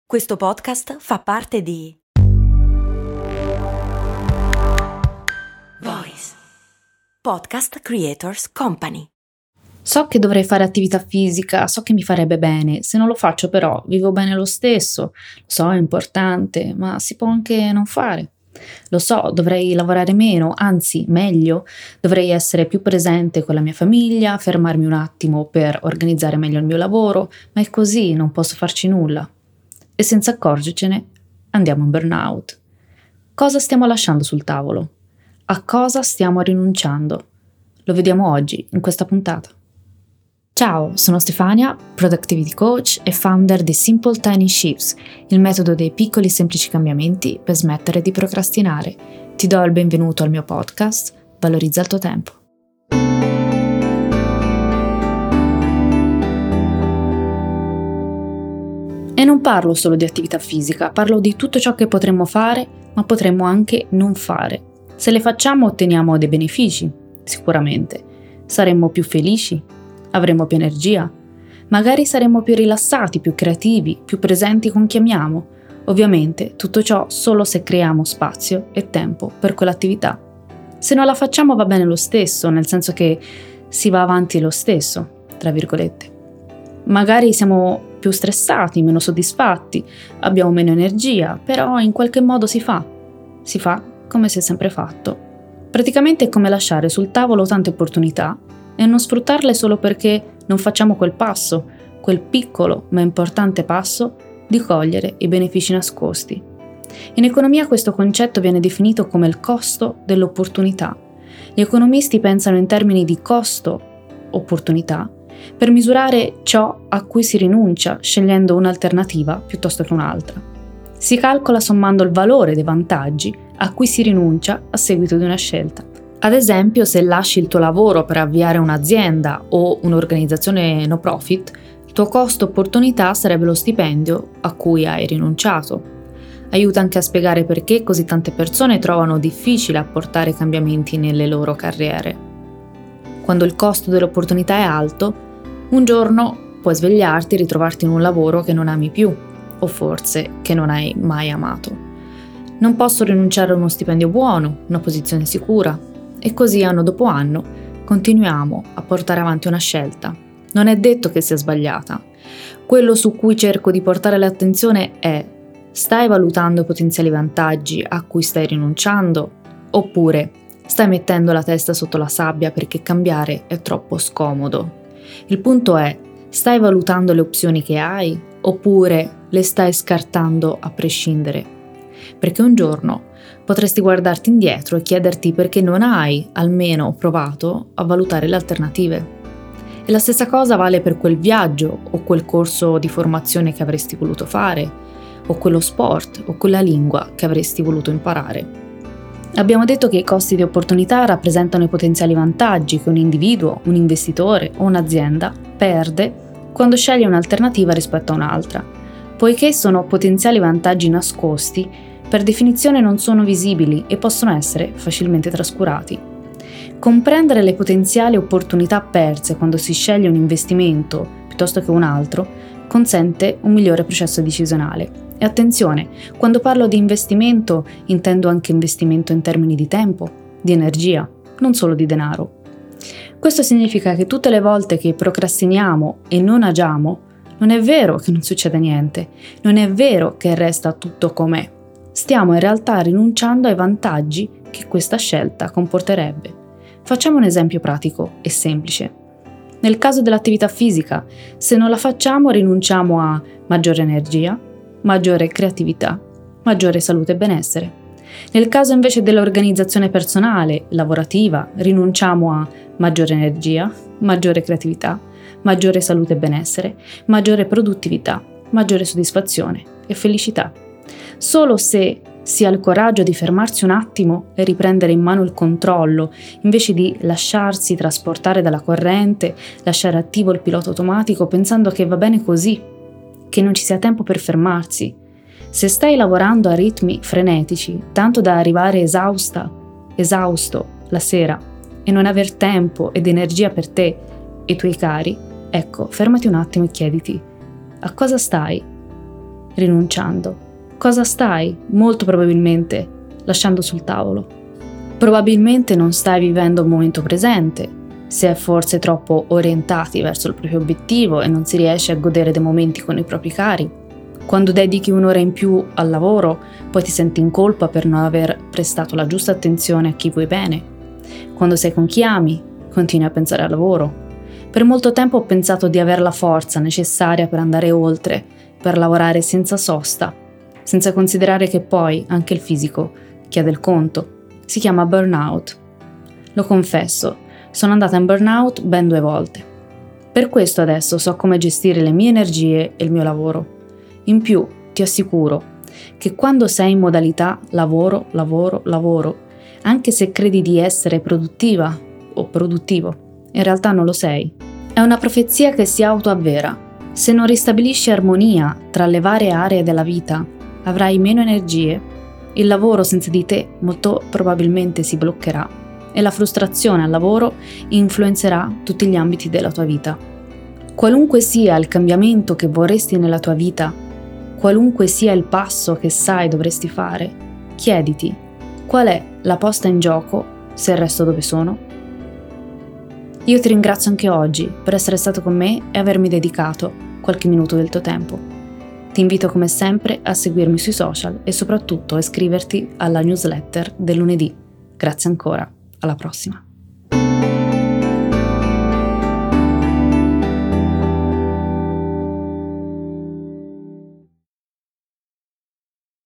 Questo podcast fa parte di Voice Podcast Creators Company. So che dovrei fare attività fisica, so che mi farebbe bene, se non lo faccio però vivo bene lo stesso, lo so è importante, ma si può anche non fare. Lo so, dovrei lavorare meno, anzi meglio, dovrei essere più presente con la mia famiglia, fermarmi un attimo per organizzare meglio il mio lavoro, ma è così, non posso farci nulla. E senza accorgercene andiamo in burnout. Cosa stiamo lasciando sul tavolo? A cosa stiamo rinunciando? Lo vediamo oggi in questa puntata. Ciao, sono Stefania, Productivity Coach e founder di Simple Tiny Shifts, il metodo dei piccoli e semplici cambiamenti per smettere di procrastinare. Ti do il benvenuto al mio podcast, Valorizza il tuo tempo. E non parlo solo di attività fisica, parlo di tutto ciò che potremmo fare, ma potremmo anche non fare. Se le facciamo otteniamo dei benefici, sicuramente. Saremmo più felici, avremo più energia, magari saremo più rilassati, più creativi, più presenti con chi amiamo. Ovviamente tutto ciò solo se creiamo spazio e tempo per quell'attività. Se non la facciamo va bene lo stesso, nel senso che si va avanti lo stesso, tra virgolette. Magari siamo più stressati, meno soddisfatti, abbiamo meno energia, però in qualche modo si fa come si è sempre fatto. Praticamente è come lasciare sul tavolo tante opportunità e non sfruttarle solo perché non facciamo quel passo, quel piccolo ma importante passo di cogliere i benefici nascosti. In economia questo concetto viene definito come il costo dell'opportunità. Gli economisti pensano in termini di costo-opportunità per misurare ciò a cui si rinuncia scegliendo un'alternativa piuttosto che un'altra. Si calcola sommando il valore dei vantaggi a cui si rinuncia a seguito di una scelta. Ad esempio, se lasci il tuo lavoro per avviare un'azienda o un'organizzazione no profit, il tuo costo opportunità sarebbe lo stipendio a cui hai rinunciato. Aiuta anche a spiegare perché così tante persone trovano difficile apportare cambiamenti nelle loro carriere. Quando il costo dell'opportunità è alto, un giorno puoi svegliarti e ritrovarti in un lavoro che non ami più, o forse che non hai mai amato. Non posso rinunciare a uno stipendio buono, una posizione sicura, e così anno dopo anno continuiamo a portare avanti una scelta. Non è detto che sia sbagliata. Quello su cui cerco di portare l'attenzione è: stai valutando i potenziali vantaggi a cui stai rinunciando? Oppure stai mettendo la testa sotto la sabbia perché cambiare è troppo scomodo? Il punto è: stai valutando le opzioni che hai oppure le stai scartando a prescindere? Perché un giorno potresti guardarti indietro e chiederti perché non hai almeno provato a valutare le alternative. E la stessa cosa vale per quel viaggio o quel corso di formazione che avresti voluto fare, o quello sport o quella lingua che avresti voluto imparare. Abbiamo detto che i costi di opportunità rappresentano i potenziali vantaggi che un individuo, un investitore o un'azienda perde quando sceglie un'alternativa rispetto a un'altra. Poiché sono potenziali vantaggi nascosti, per definizione non sono visibili e possono essere facilmente trascurati. Comprendere le potenziali opportunità perse quando si sceglie un investimento piuttosto che un altro consente un migliore processo decisionale. E attenzione, quando parlo di investimento intendo anche investimento in termini di tempo, di energia, non solo di denaro. Questo significa che tutte le volte che procrastiniamo e non agiamo, non è vero che non succede niente, non è vero che resta tutto com'è. Stiamo in realtà rinunciando ai vantaggi che questa scelta comporterebbe. Facciamo un esempio pratico e semplice. Nel caso dell'attività fisica, se non la facciamo rinunciamo a maggiore energia, maggiore creatività, maggiore salute e benessere. Nel caso invece dell'organizzazione personale, lavorativa, rinunciamo a maggiore energia, maggiore creatività, maggiore salute e benessere, maggiore produttività, maggiore soddisfazione e felicità. Solo se si ha il coraggio di fermarsi un attimo e riprendere in mano il controllo, invece di lasciarsi trasportare dalla corrente, lasciare attivo il pilota automatico pensando che va bene così, che non ci sia tempo per fermarsi. Se stai lavorando a ritmi frenetici, tanto da arrivare esausto la sera e non aver tempo ed energia per te e i tuoi cari, ecco, fermati un attimo e chiediti: a cosa stai? rinunciando? Cosa stai, molto probabilmente, lasciando sul tavolo? Probabilmente non stai vivendo il momento presente, si è forse troppo orientati verso il proprio obiettivo e non si riesce a godere dei momenti con i propri cari. Quando dedichi un'ora in più al lavoro, poi ti senti in colpa per non aver prestato la giusta attenzione a chi vuoi bene. Quando sei con chi ami, continui a pensare al lavoro. Per molto tempo ho pensato di avere la forza necessaria per andare oltre, per lavorare senza sosta, senza considerare che poi anche il fisico chiede il conto. Si chiama burnout. Lo confesso, sono andata in burnout ben 2 volte. Per questo adesso so come gestire le mie energie e il mio lavoro. In più, ti assicuro che quando sei in modalità lavoro, anche se credi di essere produttiva o produttivo, in realtà non lo sei. È una profezia che si autoavvera. Se non ristabilisci armonia tra le varie aree della vita, avrai meno energie, il lavoro senza di te molto probabilmente si bloccherà e la frustrazione al lavoro influenzerà tutti gli ambiti della tua vita. Qualunque sia il cambiamento che vorresti nella tua vita, qualunque sia il passo che sai dovresti fare, chiediti qual è la posta in gioco se il resto dove sono. Io ti ringrazio anche oggi per essere stato con me e avermi dedicato qualche minuto del tuo tempo. Ti invito come sempre a seguirmi sui social e soprattutto a iscriverti alla newsletter del lunedì. Grazie ancora, alla prossima.